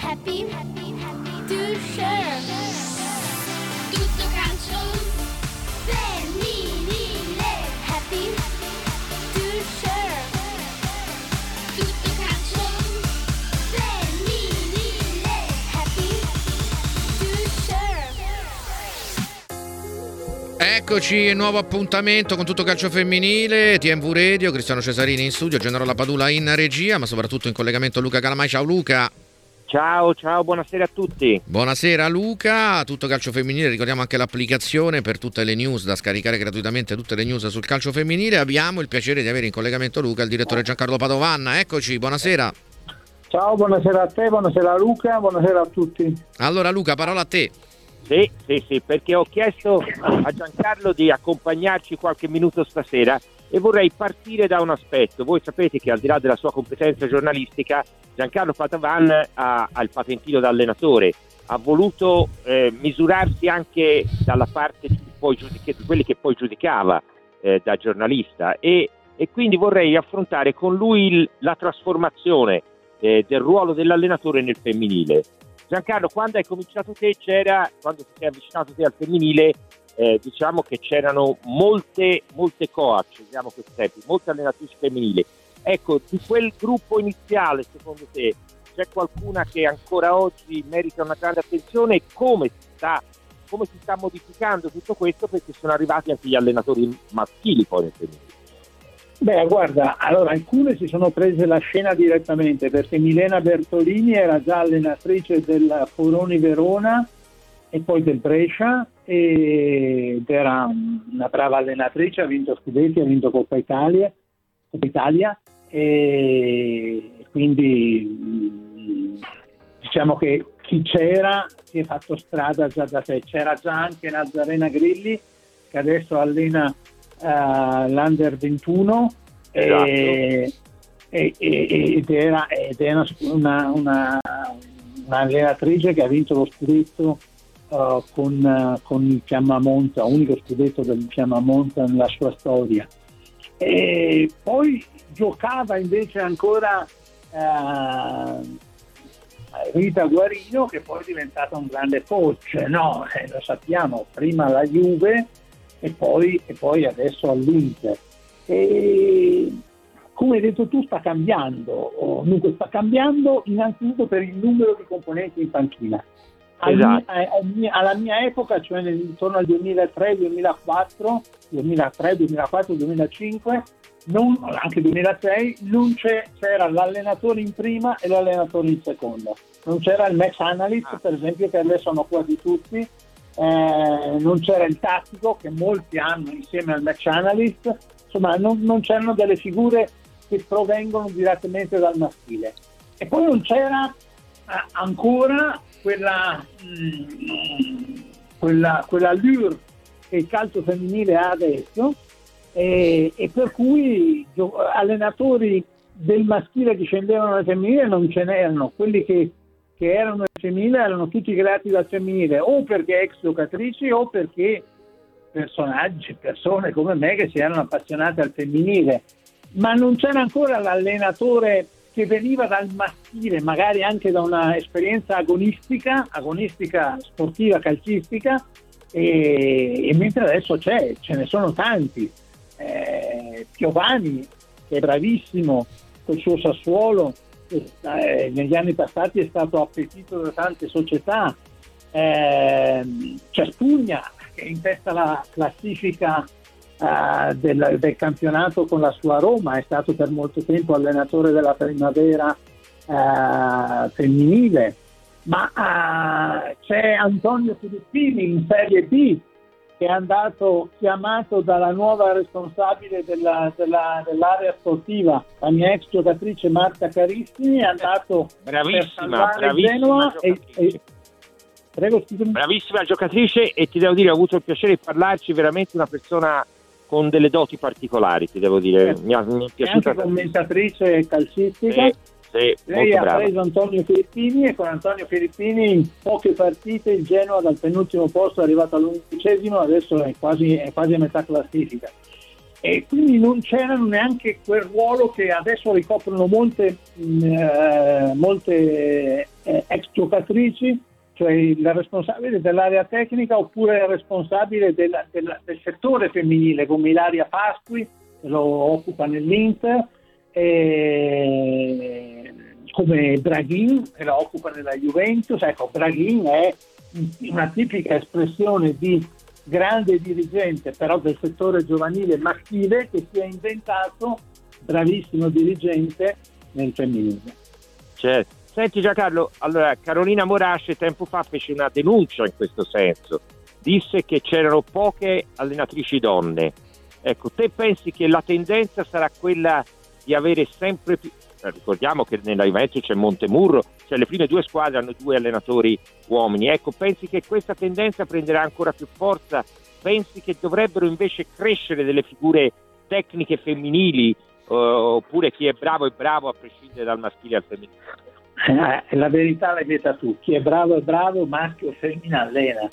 happy to share. Tutto calcio femminile, happy to share. Tutto calcio femminile, happy to share. Eccoci, nuovo appuntamento con Tutto Calcio Femminile, TMV Radio, Cristiano Cesarini in studio, Gennaro Lapadula in regia, ma soprattutto in collegamento Luca Calamai. Ciao Luca. Ciao, buonasera a tutti. Buonasera Luca, Tutto Calcio Femminile, ricordiamo anche l'applicazione per tutte le news, da scaricare gratuitamente tutte le news sul calcio femminile. Abbiamo il piacere di avere in collegamento Luca, il direttore Giancarlo Padovanna. Eccoci, buonasera. Ciao, buonasera a te, buonasera a Luca, buonasera a tutti. Allora Luca, parola a te. Sì, perché ho chiesto a Giancarlo di accompagnarci qualche minuto stasera e vorrei partire da un aspetto. Voi sapete che al di là della sua competenza giornalistica, Giancarlo Padovan ha il patentino da allenatore, ha voluto misurarsi anche dalla parte di quelli che poi giudicava da giornalista e quindi vorrei affrontare con lui la trasformazione del ruolo dell'allenatore nel femminile. Giancarlo, quando hai cominciato quando ti sei avvicinato te al femminile, diciamo che c'erano molte coach, diciamo questi tempi, molte allenatrici femminili. Ecco, di quel gruppo iniziale, secondo te, c'è qualcuna che ancora oggi merita una grande attenzione e come si sta modificando tutto questo, perché sono arrivati anche gli allenatori maschili poi nel femminile? Beh, guarda, allora alcune si sono prese la scena direttamente, perché Milena Bertolini era già allenatrice del Foroni Verona e poi del Brescia ed era una brava allenatrice, ha vinto scudetti, ha vinto Coppa Italia e quindi diciamo che chi c'era si è fatto strada già da sé. C'era già anche Nazarena Grilli che adesso allena l'Under 21 esatto. ed era una allenatrice che ha vinto lo scudetto con il Fiammamonza, unico scudetto del Fiammamonza nella sua storia. E poi giocava invece ancora Rita Guarino, che poi è diventata un grande coach, lo sappiamo, prima la Juve e poi adesso all'Inter. E come hai detto tu, sta cambiando. Dunque sta cambiando innanzitutto per il numero di componenti in panchina. Esatto. Alla mia epoca, cioè intorno al 2003, 2005, anche 2006, c'era l'allenatore in prima e l'allenatore in seconda. Non c'era il match analyst, per esempio, che adesso hanno quasi tutti. Non c'era il tattico che molti hanno insieme al match analyst, insomma non c'erano delle figure che provengono direttamente dal maschile, e poi non c'era ancora quella allure che il calcio femminile ha adesso, e per cui allenatori del maschile che scendevano nel femminile non ce n'erano. Quelli che erano nel femminile erano tutti creati dal femminile, o perché ex giocatrici o perché persone come me che si erano appassionate al femminile, ma non c'era ancora l'allenatore che veniva dal maschile, magari anche da una esperienza agonistica sportiva, calcistica, e mentre adesso ce ne sono tanti. Piovani, che è bravissimo col suo Sassuolo, negli anni passati è stato appetito da tante società. C'è Spugna, che è in testa alla classifica del campionato con la sua Roma, è stato per molto tempo allenatore della primavera femminile, ma c'è Antonio Filippini in Serie B, che è andato chiamato dalla nuova responsabile dell'area sportiva, la mia ex giocatrice Marta Carissimi, è andato bravissima Genoa Prego, scusami. Bravissima giocatrice, e ti devo dire, ho avuto il piacere di parlarci, veramente una persona con delle doti particolari, ti devo dire, mi è piaciuta. È anche commentatrice calcistica. Sì, lei ha brava. preso Antonio Filippini, e con Antonio Filippini in poche partite il Genoa dal penultimo posto è arrivato all'11°, adesso è quasi a metà classifica, e quindi non c'erano neanche quel ruolo che adesso ricoprono molte ex giocatrici, cioè il responsabile dell'area tecnica oppure il responsabile del settore femminile come Ilaria Pasqui, che lo occupa nell'Inter, come Braghin, che lo occupa nella Juventus. Ecco, Braghin è una tipica espressione di grande dirigente però del settore giovanile maschile che si è inventato bravissimo dirigente nel femminile. Certo. Senti Giancarlo, allora Carolina Morasce tempo fa fece una denuncia in questo senso, disse che c'erano poche allenatrici donne. Ecco, te pensi che la tendenza sarà quella di avere sempre più, ricordiamo che nella Juventus c'è Montemurro, cioè le prime due squadre hanno 2 allenatori uomini, ecco, pensi che questa tendenza prenderà ancora più forza? Pensi che dovrebbero invece crescere delle figure tecniche femminili, oppure chi è bravo a prescindere dal maschile al femminile? La verità l'hai detta tu, chi è bravo, maschio o femmina allena.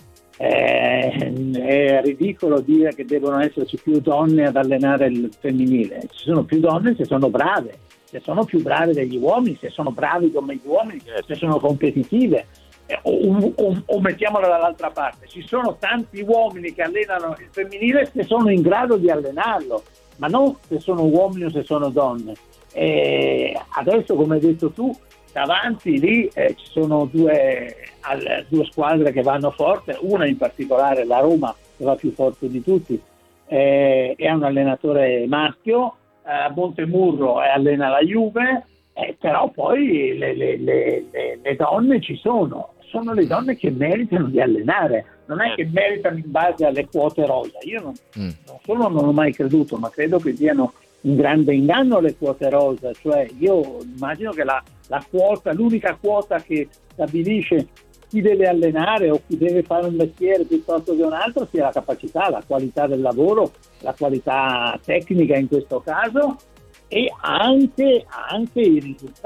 È ridicolo dire che devono esserci più donne ad allenare il femminile. Ci sono più donne se sono brave, se sono più brave degli uomini, se sono bravi come gli uomini, se sono competitive. O mettiamola dall'altra parte, ci sono tanti uomini che allenano il femminile se sono in grado di allenarlo, ma non se sono uomini o se sono donne. Adesso, come hai detto tu, davanti lì ci sono due squadre che vanno forte, una in particolare, la Roma, che va più forte di tutti, è un allenatore maschio, Montemurro allena la Juve, però poi le donne ci sono le donne che meritano di allenare, non è che meritano in base alle quote rosa. Io non solo non ho mai creduto, ma credo che siano un grande inganno le quote rosa, cioè io immagino che l'unica quota che stabilisce chi deve allenare o chi deve fare un mestiere piuttosto che un altro sia la capacità, la qualità del lavoro, la qualità tecnica in questo caso, e anche i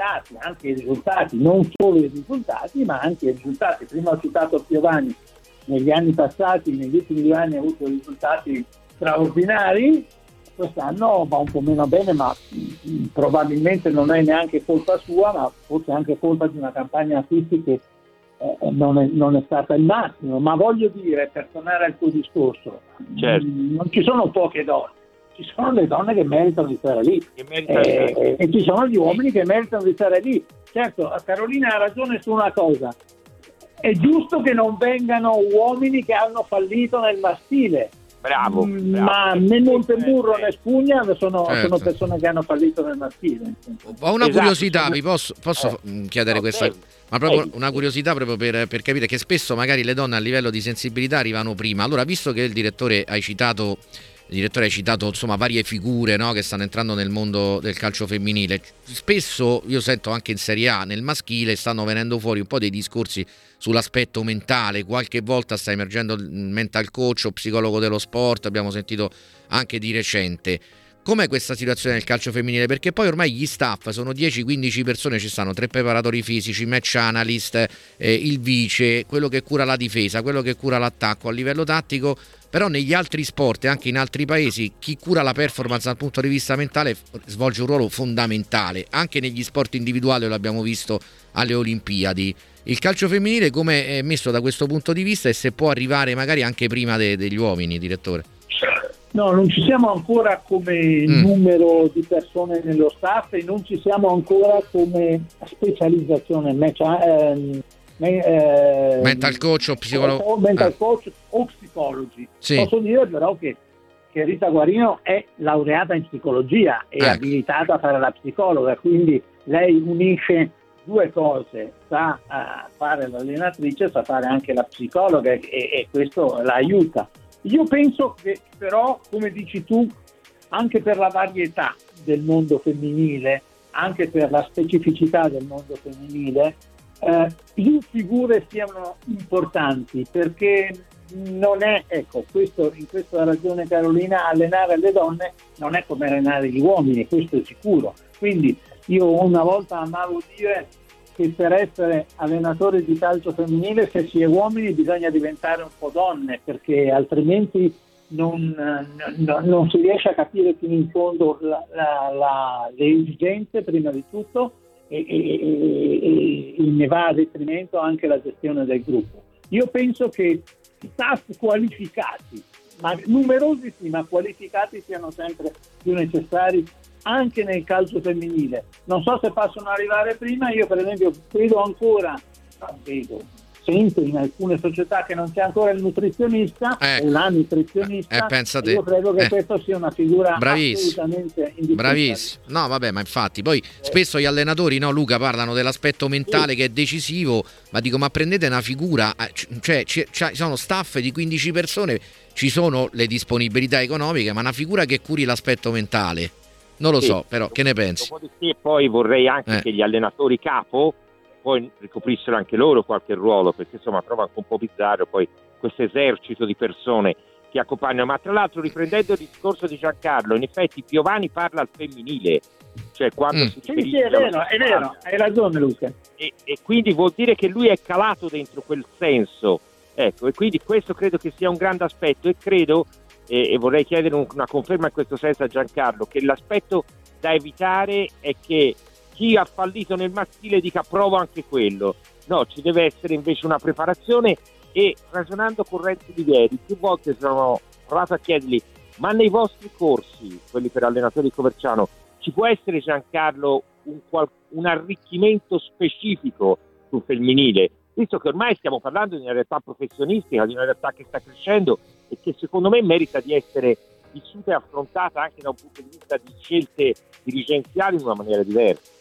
risultati, non solo i risultati ma anche i risultati. Prima ho citato Piovani, negli anni passati, negli ultimi 2 anni ha avuto risultati straordinari. Quest'anno va un po' meno bene, ma probabilmente non è neanche colpa sua, ma forse anche colpa di una campagna acquisti che non è stata il massimo. Ma voglio dire, per tornare al tuo discorso, certo, non ci sono poche donne, ci sono le donne che meritano di stare lì, e ci sono gli uomini che meritano di stare lì. Certo, Carolina ha ragione su una cosa: è giusto che non vengano uomini che hanno fallito nel maschile. Bravo. Ma né Montemurro né Spugna sono persone che hanno fallito nel maschile. Ho una curiosità, vi posso chiedere questa? Ma proprio una curiosità proprio per capire che spesso magari le donne a livello di sensibilità arrivano prima. Allora, visto che il direttore hai citato insomma varie figure, no, che stanno entrando nel mondo del calcio femminile, spesso io sento anche in Serie A nel maschile stanno venendo fuori un po' dei discorsi sull'aspetto mentale. Qualche volta sta emergendo il mental coach o psicologo dello sport, abbiamo sentito anche di recente. Com'è questa situazione nel calcio femminile? Perché poi ormai gli staff sono 10-15 persone, ci stanno 3 preparatori fisici, match analyst, il vice, quello che cura la difesa, quello che cura l'attacco a livello tattico. Però negli altri sport e anche in altri paesi chi cura la performance dal punto di vista mentale svolge un ruolo fondamentale. Anche negli sport individuali lo abbiamo visto alle Olimpiadi. Il calcio femminile come è messo da questo punto di vista, e se può arrivare magari anche prima degli uomini, direttore? No, non ci siamo ancora come numero di persone nello staff e non ci siamo ancora come specializzazione mental coach o psicologo, coach o psicologi. Sì. Posso dire però che Rita Guarino è laureata in psicologia e abilitata a fare la psicologa, quindi lei unisce 2 cose: sa fare l'allenatrice, sa fare anche la psicologa, e questo la aiuta. Io penso che però, come dici tu, anche per la varietà del mondo femminile, anche per la specificità del mondo femminile, più figure siano importanti, perché non è, ecco, in questo ha ragione Carolina, allenare le donne non è come allenare gli uomini, questo è sicuro. Quindi io una volta amavo dire che per essere allenatori di calcio femminile, se si è uomini bisogna diventare un po' donne, perché altrimenti non si riesce a capire fino in fondo le esigenze prima di tutto, e ne va a detrimento anche la gestione del gruppo. Io penso che staff qualificati, ma numerosi sì, ma qualificati siano sempre più necessari anche nel calcio femminile. Non so se possono arrivare prima. Io per esempio sento in alcune società che non c'è ancora il nutrizionista o la nutrizionista. Pensa te. Io credo che questa sia una figura bravissimo, assolutamente indispensabile. bravissimo. No, vabbè, ma infatti poi spesso gli allenatori, no, Luca, parlano dell'aspetto mentale che è decisivo, ma dico, ma prendete una figura, cioè ci sono staff di 15 persone, ci sono le disponibilità economiche, ma una figura che curi l'aspetto mentale. Non lo so, però che ne pensi? Dopodiché poi vorrei anche che gli allenatori capo poi ricoprissero anche loro qualche ruolo, perché insomma trovo anche un po' bizzarro poi questo esercito di persone che accompagnano. Ma tra l'altro, riprendendo il discorso di Giancarlo, in effetti Piovani parla al femminile, cioè quando si riferisce sì, è vero, hai ragione Luca, e quindi vuol dire che lui è calato dentro quel senso, ecco, e quindi questo credo che sia un grande aspetto, e credo e vorrei chiedere una conferma in questo senso a Giancarlo, che l'aspetto da evitare è che chi ha fallito nel maschile dica provo anche quello. No, ci deve essere invece una preparazione. E ragionando con Renzi Di Vieri, più volte sono provato a chiedergli: ma nei vostri corsi, quelli per allenatori di Coverciano, ci può essere, Giancarlo, un arricchimento specifico sul femminile, visto che ormai stiamo parlando di una realtà professionistica, di una realtà che sta crescendo e che secondo me merita di essere vissuta e affrontata anche da un punto di vista di scelte dirigenziali in una maniera diversa.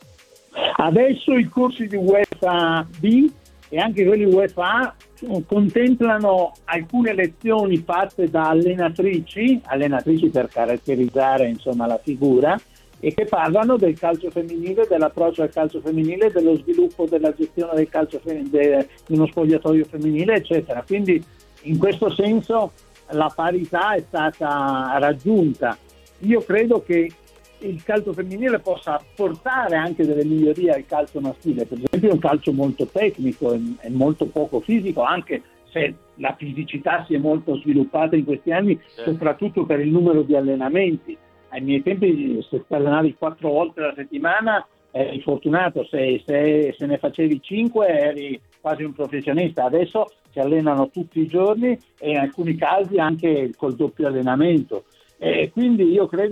Adesso i corsi di UEFA B e anche quelli UEFA A contemplano alcune lezioni fatte da allenatrici per caratterizzare insomma la figura, e che parlano del calcio femminile, dell'approccio al calcio femminile, dello sviluppo della gestione del calcio di uno spogliatoio femminile, eccetera. Quindi in questo senso la parità è stata raggiunta. Io credo che il calcio femminile possa apportare anche delle migliorie al calcio maschile, per esempio un calcio molto tecnico e molto poco fisico, anche se la fisicità si è molto sviluppata in questi anni, soprattutto per il numero di allenamenti. Ai miei tempi, se ti allenavi 4 volte alla settimana eri fortunato, se ne facevi 5 eri quasi un professionista. Adesso si allenano tutti i giorni e in alcuni casi anche col doppio allenamento. Quindi io credo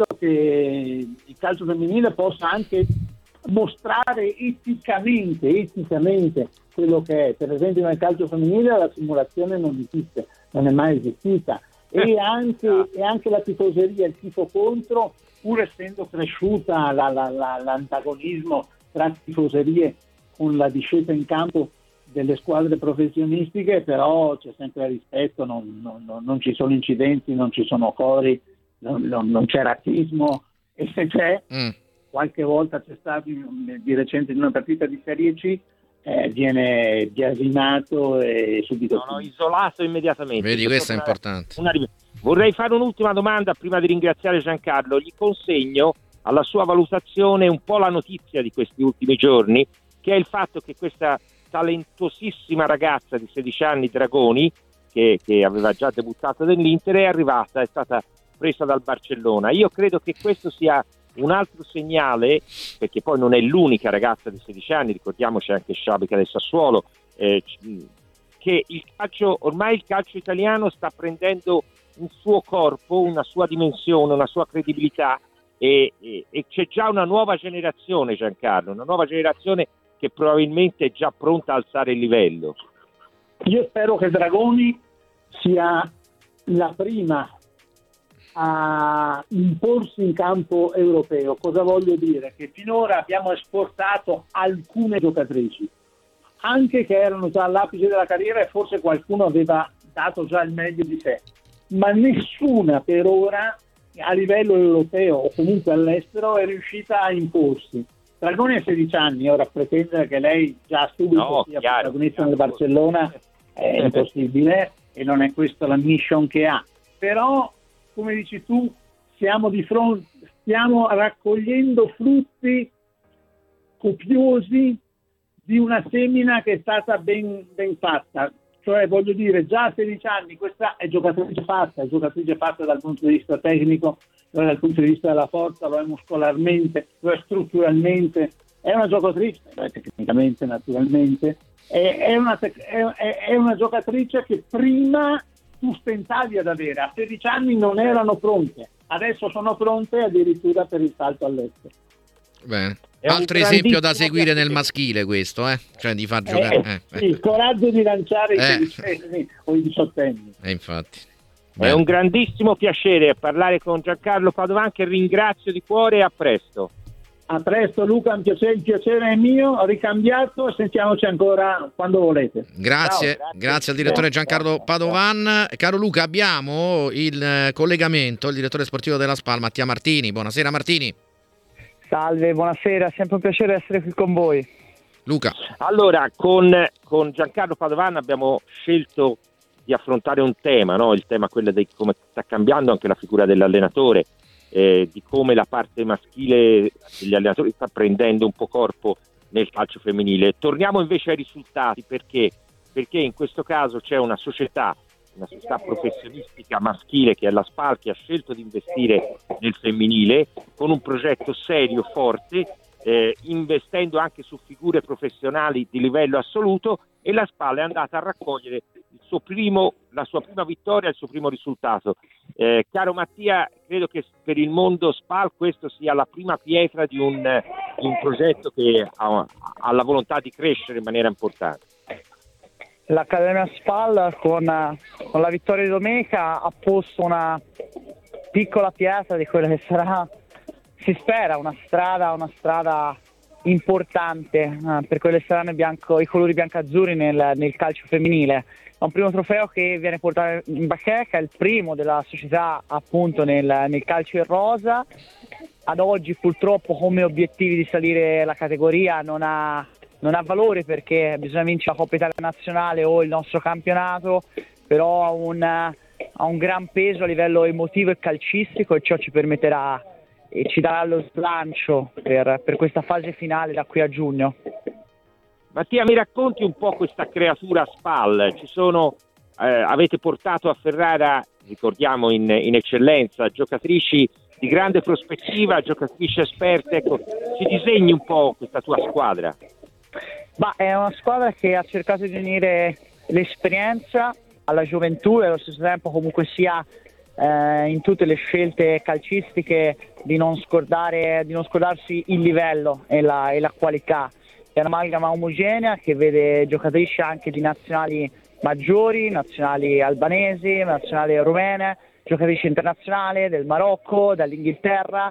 che il calcio femminile possa anche mostrare eticamente quello che è. Per esempio nel calcio femminile la simulazione non esiste, non è mai esistita, e anche la tifoseria, il tifo contro, pur essendo cresciuta l'antagonismo tra tifoserie con la discesa in campo delle squadre professionistiche, però c'è sempre rispetto, non ci sono incidenti, non ci sono cori, non c'è razzismo, e se c'è qualche volta c'è stato di recente in una partita di Serie C, viene biasimato e subito isolato immediatamente. Vedi, questo è importante. Vorrei fare un'ultima domanda prima di ringraziare Giancarlo. Gli consegno alla sua valutazione un po' la notizia di questi ultimi giorni, che è il fatto che questa talentosissima ragazza di 16 anni, Dragoni, che aveva già debuttato nell'Inter, è stata presa dal Barcellona. Io credo che questo sia un altro segnale, perché poi non è l'unica ragazza di 16 anni, ricordiamoci anche Sciabica del Sassuolo, che ormai il calcio italiano sta prendendo un suo corpo, una sua dimensione, una sua credibilità, e c'è già una nuova generazione, Giancarlo, una nuova generazione che probabilmente è già pronta a alzare il livello. Io spero che Dragoni sia la prima a imporsi in campo europeo. Cosa voglio dire? Che finora abbiamo esportato alcune giocatrici, anche che erano già all'apice della carriera, e forse qualcuno aveva dato già il meglio di sé, ma nessuna per ora a livello europeo o comunque all'estero è riuscita a imporsi. Dragoni ha 16 anni, ora pretendere che lei già subito sia protagonista nel Barcellona è impossibile, e non è questa la mission che ha. Però, come dici tu, stiamo raccogliendo frutti copiosi di una semina che è stata ben fatta. Cioè, voglio dire, già a 16 anni questa è giocatrice fatta dal punto di vista tecnico, dal punto di vista della forza, lo è muscolarmente, lo è strutturalmente, è una giocatrice, tecnicamente naturalmente, è una giocatrice che prima tu stentavi ad avere, a 16 anni non erano pronte, adesso sono pronte addirittura per il salto all'estero. Bene. È un Altro esempio da grandissimo seguire nel piacere. maschile questo, cioè di far giocare. Sì, il coraggio di lanciare i Eh. 16 o i 18enni. Infatti. È Bene. un grandissimo piacere parlare con Giancarlo Padovan, che ringrazio di cuore, e a presto. A presto Luca, il piacere è mio, ricambiato, sentiamoci ancora quando volete. Grazie, Ciao, grazie al direttore Giancarlo Padovan. Caro Luca, abbiamo il collegamento, il direttore sportivo della SPAL, Mattia Martini. Buonasera Martini. Salve, buonasera, sempre un piacere essere qui con voi. Luca. Allora, con Giancarlo Padovan abbiamo scelto di affrontare un tema, no? Il tema quello di come sta cambiando anche la figura dell'allenatore, di come la parte maschile degli allenatori sta prendendo un po' corpo nel calcio femminile. Torniamo invece ai risultati, perché in questo caso c'è una società professionistica maschile che è la SPAL, che ha scelto di investire nel femminile con un progetto serio, forte, investendo anche su figure professionali di livello assoluto, e la SPAL è andata a raccogliere la sua prima vittoria, il suo primo risultato. Caro Mattia, credo che per il mondo SPAL questo sia la prima pietra di un progetto che ha la volontà di crescere in maniera importante. L'Accademia SPAL con la vittoria di domenica ha posto una piccola pietra di quella che sarà, si spera, una strada importante per quelle che saranno i colori biancazzurri nel calcio femminile. È un primo trofeo che viene portato in bacheca, è il primo della società appunto nel calcio in rosa. Ad oggi purtroppo come obiettivi di salire la categoria non ha valore, perché bisogna vincere la Coppa Italia Nazionale o il nostro campionato, però ha un gran peso a livello emotivo e calcistico, e ciò ci permetterà e ci darà lo slancio per questa fase finale da qui a giugno. Mattia, mi racconti un po' questa creatura SPAL? Avete portato a Ferrara, ricordiamo in eccellenza, giocatrici di grande prospettiva, giocatrici esperte. Ecco, ci disegni un po' questa tua squadra? È una squadra che ha cercato di unire l'esperienza alla gioventù e allo stesso tempo comunque sia in tutte le scelte calcistiche di non scordarsi il livello e la qualità. È un'amalgama omogenea che vede giocatrici anche di nazionali maggiori, nazionali albanesi, nazionali rumene, giocatrici internazionali del Marocco, dall'Inghilterra,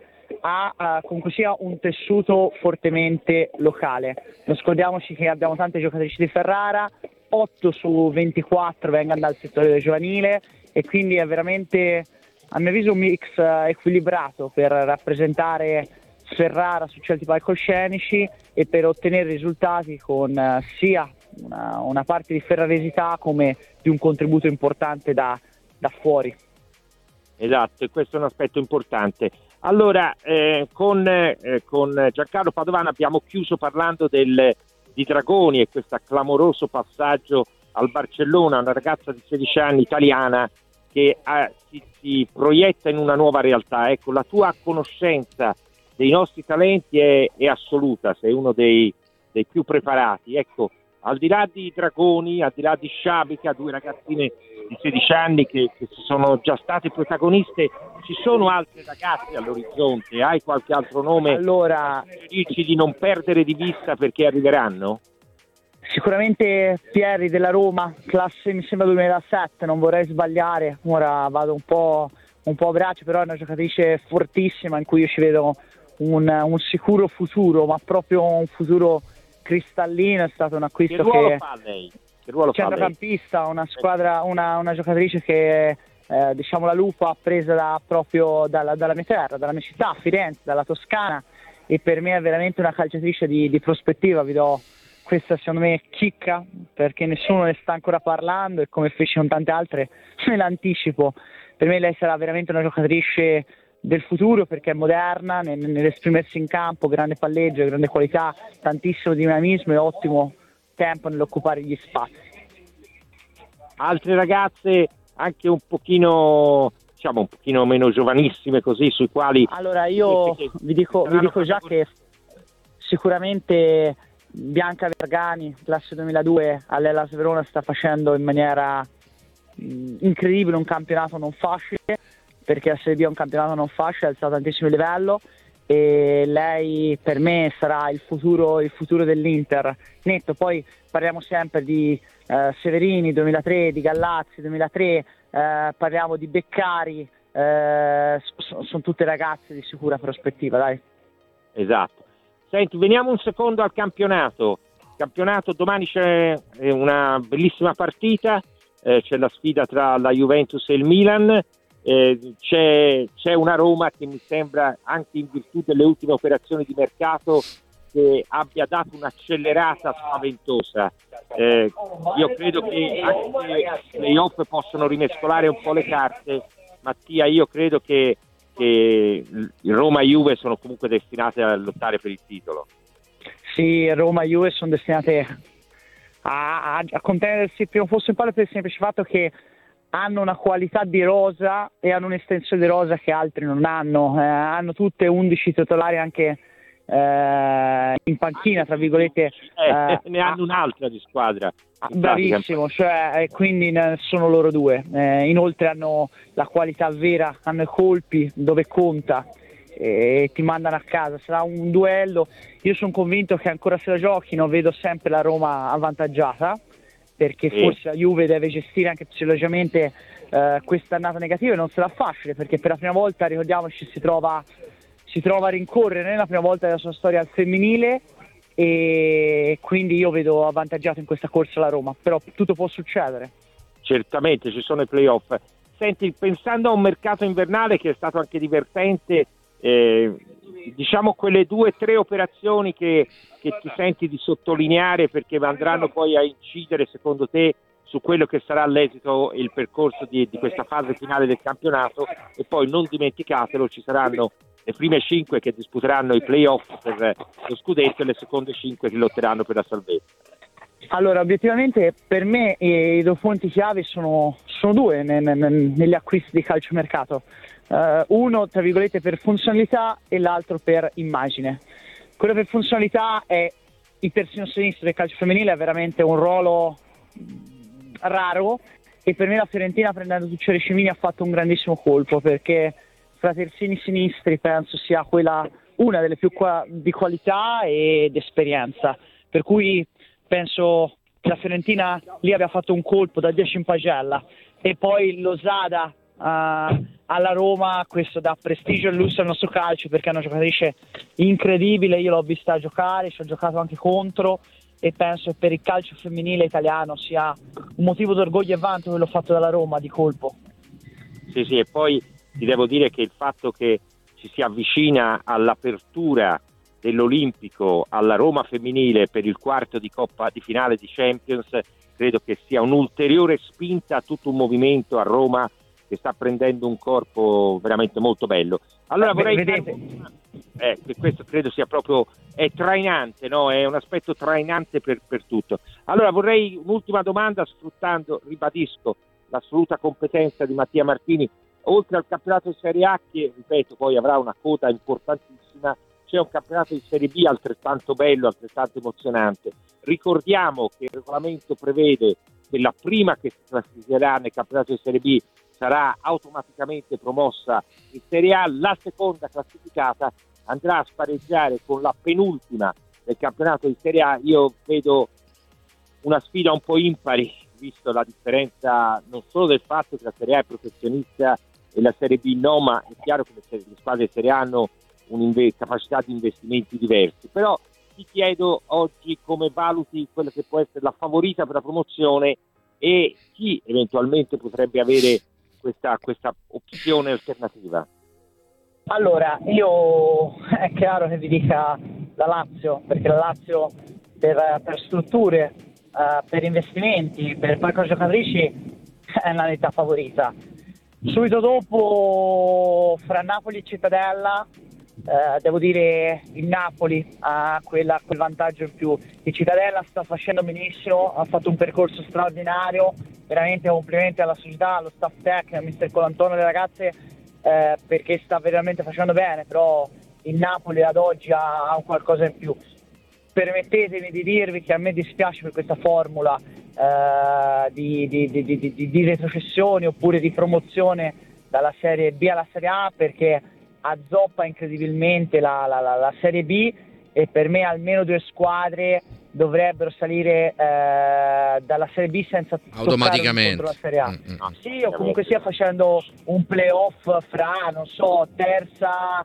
ha comunque sia un tessuto fortemente locale. Non scordiamoci che abbiamo tante giocatrici di Ferrara, 8 su 24 vengono dal settore giovanile, e quindi è veramente, a mio avviso, un mix equilibrato per rappresentare Ferrara su certi palcoscenici e per ottenere risultati con sia una parte di ferraresità come di un contributo importante da fuori. Esatto, e questo è un aspetto importante. Allora, con Giancarlo Padovan abbiamo chiuso parlando di Dragoni e questo clamoroso passaggio al Barcellona, una ragazza di 16 anni italiana che si proietta in una nuova realtà. Ecco, la tua conoscenza dei nostri talenti è assoluta, sei uno dei più preparati. Ecco, al di là di Dragoni, al di là di Sciabica, due ragazzine di 16 anni che sono già state protagoniste, ci sono altri ragazzi all'orizzonte? Hai qualche altro nome? Allora, Dici di non perdere di vista perché arriveranno? sicuramente Pieri della Roma, classe mi sembra 2007, non vorrei sbagliare, ora vado un po' a braccio, però è una giocatrice fortissima in cui io ci vedo un sicuro futuro, ma proprio un futuro cristallino. È stato un acquisto Che ruolo fa lei? Che ruolo fa lei? centrocampista, una squadra, una giocatrice che diciamo la lupa ha presa proprio dalla mia terra, dalla mia città, Firenze, dalla Toscana, e per me è veramente una calciatrice di prospettiva. Vi do questa, secondo me, chicca, perché nessuno ne sta ancora parlando, e come feci con tante altre me l'anticipo. Per me lei sarà veramente una giocatrice del futuro, perché è moderna nell'esprimersi in campo, grande palleggio, grande qualità, tantissimo dinamismo e ottimo tempo nell'occupare gli spazi. Altre ragazze anche un pochino meno giovanissime, così, sui quali... Allora io vi dico già che sicuramente Bianca Vergani, classe 2002 all'Hellas Verona, sta facendo in maniera incredibile un campionato non facile, perché la Serie B è un campionato non facile, ha alzato tantissimo il livello, e lei per me sarà il futuro dell'Inter netto. Poi parliamo sempre di Severini 2003, di Gallazzi 2003, parliamo di Beccari, sono tutte ragazze di sicura prospettiva, dai. Esatto. Senti, veniamo un secondo al campionato. Domani c'è una bellissima partita, c'è la sfida tra la Juventus e il Milan. C'è una Roma che mi sembra, anche in virtù delle ultime operazioni di mercato, che abbia dato un'accelerata spaventosa. Io credo che anche i playoff possono rimescolare un po' le carte. Mattia, io credo che Roma e Juve sono comunque destinate a lottare per il titolo. Sì, Roma e Juve sono destinate a contendersi prima o fosse in palio, per il semplice fatto che hanno una qualità di rosa e hanno un'estensione di rosa che altri non hanno. Hanno tutte 11 titolari anche in panchina, tra virgolette. Ne hanno un'altra di squadra. Bravissimo, cioè, quindi sono loro due. Inoltre hanno la qualità vera, hanno i colpi dove conta e ti mandano a casa. Sarà un duello. Io sono convinto che ancora se la giochino, vedo sempre la Roma avvantaggiata, perché forse la Juve deve gestire anche psicologicamente questa annata negativa, e non sarà facile, perché per la prima volta, ricordiamoci, si trova a rincorrere nella prima volta della sua storia al femminile, e quindi io vedo avvantaggiato in questa corsa la Roma, però tutto può succedere. Certamente ci sono i playoff. Senti, pensando a un mercato invernale che è stato anche divertente, diciamo quelle 2 o 3 operazioni che ti senti di sottolineare, perché andranno poi a incidere secondo te su quello che sarà l'esito e il percorso di questa fase finale del campionato. E poi non dimenticatelo, ci saranno le prime 5 che disputeranno i playoff per lo scudetto e le seconde 5 che lotteranno per la salvezza. Allora, obiettivamente per me i due punti chiave sono 2 negli acquisti di calciomercato. Uno, tra virgolette, per funzionalità e l'altro per immagine. Quello per funzionalità è il terzino sinistro del calcio femminile, è veramente un ruolo raro, e per me la Fiorentina, prendendo Tuccio Cimini, ha fatto un grandissimo colpo, perché fra terzini sinistri penso sia quella una delle più di qualità ed esperienza, per cui penso che la Fiorentina lì abbia fatto un colpo da 10 in pagella. E poi Losada alla Roma, questo dà prestigio e lusso al nostro calcio, perché è una giocatrice incredibile. Io l'ho vista giocare, ci ho giocato anche contro, e penso che per il calcio femminile italiano sia un motivo d'orgoglio e vanto quello fatto dalla Roma di colpo. Sì, e poi ti devo dire che il fatto che ci si avvicina all'apertura dell'Olimpico alla Roma femminile per il quarto di Coppa di finale di Champions, credo che sia un'ulteriore spinta a tutto un movimento a Roma che sta prendendo un corpo veramente molto bello. Allora vorrei che questo credo sia proprio è trainante, no? È un aspetto trainante per tutto. Allora vorrei un'ultima domanda, sfruttando, ribadisco, l'assoluta competenza di Mattia Martini. Oltre al campionato di Serie A, che ripeto poi avrà una coda importantissima, c'è un campionato di Serie B altrettanto bello, altrettanto emozionante. Ricordiamo che il regolamento prevede che la prima che si classificherà nel campionato di Serie B sarà automaticamente promossa in Serie A, la seconda classificata andrà a spareggiare con la penultima del campionato di Serie A. Io vedo una sfida un po' impari, visto la differenza non solo del fatto che la Serie A è professionista e la Serie B no, ma è chiaro che le squadre di Serie A hanno capacità di investimenti diversi. Però ti chiedo oggi come valuti quella che può essere la favorita per la promozione e chi eventualmente potrebbe avere questa opzione alternativa. Allora, io è chiaro che vi dica la Lazio, perché la Lazio per strutture, per investimenti, per parco giocatrici è la netta favorita. Subito dopo, fra Napoli e Cittadella, devo dire il Napoli ha quel vantaggio in più. Il Cittadella sta facendo benissimo, ha fatto un percorso straordinario, veramente complimenti alla società, allo staff tecnico, al mister Colantonio e alle ragazze, perché sta veramente facendo bene, però il Napoli ad oggi ha un qualcosa in più. permettetemi di dirvi che a me dispiace per questa formula di retrocessione oppure di promozione dalla Serie B alla Serie A, perché azzoppa incredibilmente la Serie B, e per me almeno 2 squadre dovrebbero salire dalla Serie B senza automaticamente toccare la Serie A. Sì, o comunque sia facendo un playoff fra, non so, terza,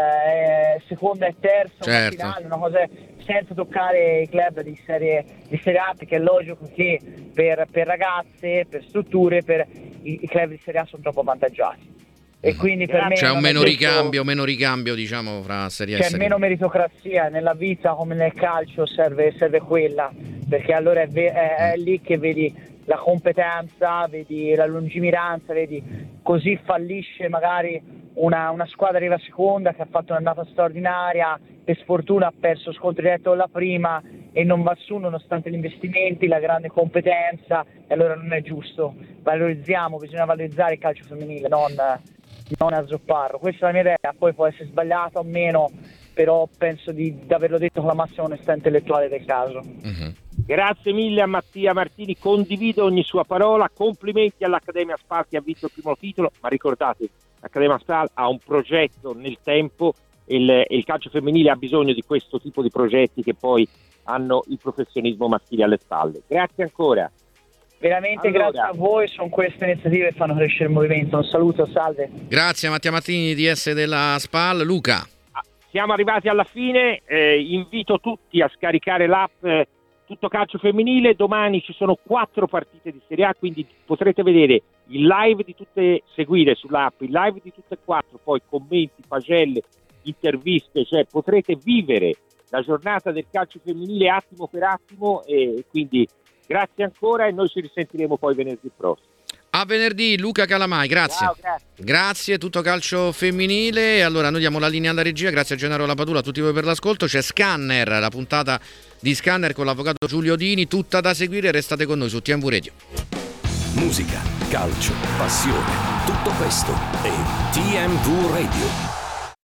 seconda e terza, certo, una finale, una cosa, senza toccare i club di Serie A, perché è logico che per ragazze, per strutture, i club di Serie A sono troppo avvantaggiati. E quindi per me c'è un non è meno ricambio, diciamo, fra Serie A e c'è Serie B. meno meritocrazia nella vita, come nel calcio serve quella, perché allora è lì che vedi la competenza, vedi la lungimiranza, vedi, così fallisce magari una squadra arriva seconda che ha fatto un'annata straordinaria, per sfortuna ha perso scontro diretto con la prima e non va su nonostante gli investimenti, la grande competenza, e allora non è giusto. Bisogna valorizzare il calcio femminile, non azzopparlo. Questa è la mia idea, poi può essere sbagliata o meno, però penso di averlo detto con la massima onestà intellettuale del caso. Grazie mille a Mattia Martini, condivido ogni sua parola, complimenti all'Accademia SPAL che ha vinto il primo titolo, ma ricordate, l'Accademia SPAL ha un progetto nel tempo e il calcio femminile ha bisogno di questo tipo di progetti che poi hanno il professionismo maschile alle spalle. Grazie ancora. Veramente Allora, grazie a voi, sono queste iniziative che fanno crescere il movimento. Un saluto, salve. Grazie Mattia Martini, DS della SPAL. Luca. Siamo arrivati alla fine, invito tutti a scaricare l'app Tutto Calcio Femminile. Domani ci sono 4 partite di Serie A, quindi potrete vedere il live di tutte, seguire sull'app il live di tutte e 4, poi commenti, pagelle, interviste, cioè potrete vivere la giornata del calcio femminile attimo per attimo, e quindi grazie ancora e noi ci risentiremo poi venerdì prossimo. A venerdì, Luca Calamai, grazie. Ciao, grazie. Grazie, Tutto Calcio Femminile. Allora noi diamo la linea alla regia, grazie a Gennaro Lapadula, a tutti voi per l'ascolto. C'è Scanner, la puntata di Scanner con l'avvocato Giulio Dini, tutta da seguire, restate con noi su TMV Radio. Musica, calcio, passione, tutto questo è TMV Radio.